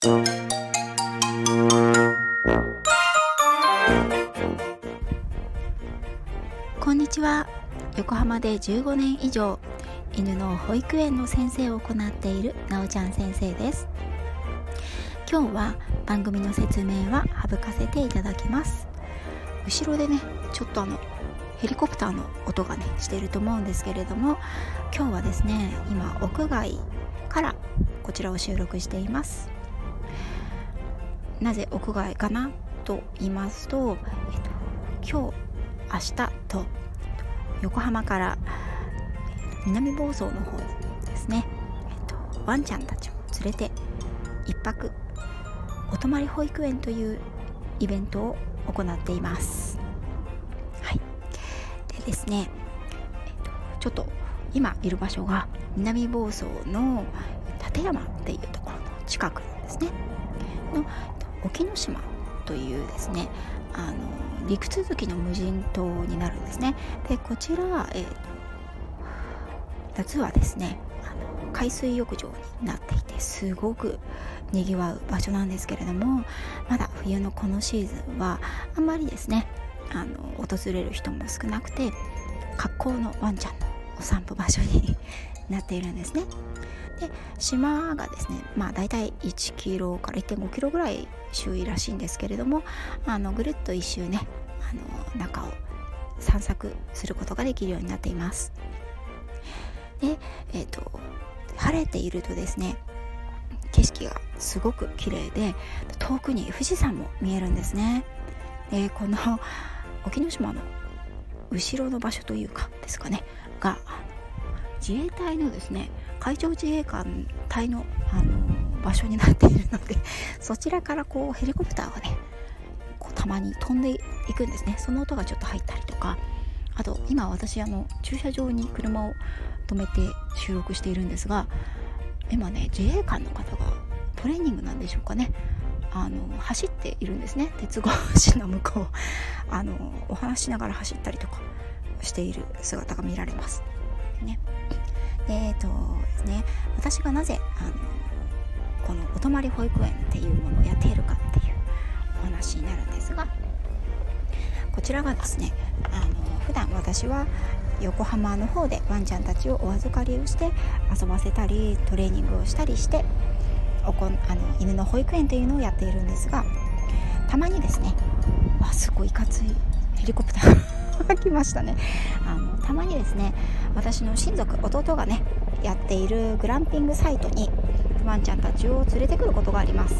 こんにちは。横浜で15年以上犬の保育園の先生を行っているなおちゃん先生です。今日は番組の説明は省かせていただきます。後ろでねちょっとヘリコプターの音がねしていると思うんですけれども、今日はですね今屋外からこちらを収録しています。なぜ屋外かなと言いますと、今日明日と横浜から南房総の方にですね、ワンちゃんたちを連れて一泊お泊まり保育園というイベントを行っています。はい。でですね、ちょっと今いる場所が南房総の館山っていうところの近くなんですね。の沖ノ島というですね、陸続きの無人島になるんですね。でこちら、夏はですね海水浴場になっていてすごくにぎわう場所なんですけれども、まだ冬のこのシーズンはあんまりですね訪れる人も少なくて、格好のワンちゃんのお散歩場所になっているんですね。で島がですねだいたい1キロから 1.5 キロぐらい周囲らしいんですけれども、ぐるっと一周ね中を散策することができるようになっています。で、晴れているとですね景色がすごく綺麗で遠くに富士山も見えるんですね。でこの沖ノ島の後ろの場所というかですかねが自衛隊のですね海上自衛官隊の、場所になっているので、そちらからこうヘリコプターがねたまに飛んでいくんですね。その音がちょっと入ったりとか、あと今私駐車場に車を止めて収録しているんですが、今ね自衛官の方がトレーニングなんでしょうかね走っているんですね。鉄格子の向こうお話しながら走ったりとかしている姿が見られますね。でですね、私がなぜこのお泊まり保育園っていうものをやっているかっていうお話になるんですが、こちらがですね普段私は横浜の方でワンちゃんたちをお預かりをして遊ばせたりトレーニングをしたりして犬の保育園というのをやっているんですが、たまにですねすごいいかついヘリコプターが来ましたね。たまにですね私の親族弟がねやっているグランピングサイトにワンちゃんたちを連れてくることがあります。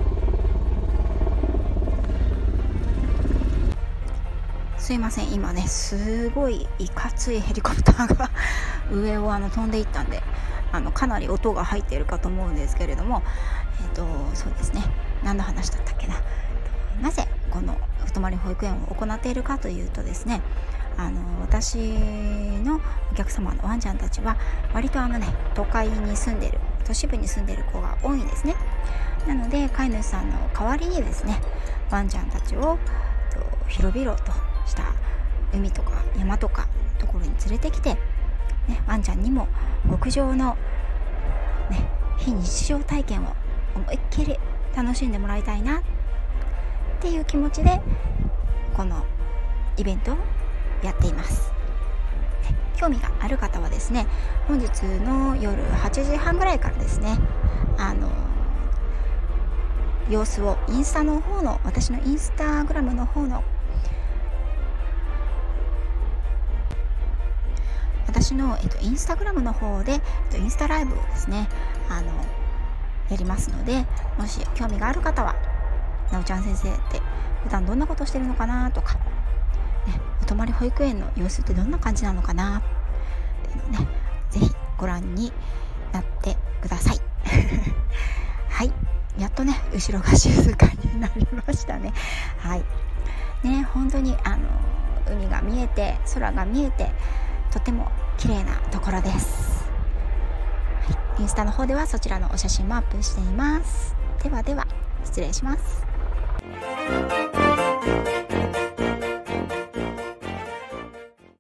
すいません、今ねすごいいかついヘリコプターが上を飛んでいったんでかなり音が入っているかと思うんですけれども、そうですね何の話だったっけな。なぜこのお泊まり保育園を行っているかというとですね私のお客様のワンちゃんたちは割と都会に住んでいる都市部に住んでいる子が多いんですね。なので飼い主さんの代わりにですねワンちゃんたちを広々とした海とか山とかところに連れてきて、ワンちゃんにも極上の、非日常体験を思いっきり楽しんでもらいたいなっていう気持ちでこのイベントをやっています。興味がある方はですね本日の夜8時半ぐらいからですね様子をインスタの方の私のインスタグラムの方の私の、インスタグラムの方で、インスタライブをですねやりますので、もし興味がある方はなおちゃん先生って普段どんなことしてるのかなとか、お泊まり保育園の様子ってどんな感じなのかなっていうのをねぜひご覧になってくださいはいやっとね後ろが静かになりましたね。はいね本当に海が見えて空が見えてとても綺麗なところです。インスタの方ではそちらのお写真もアップしています。ではでは失礼します。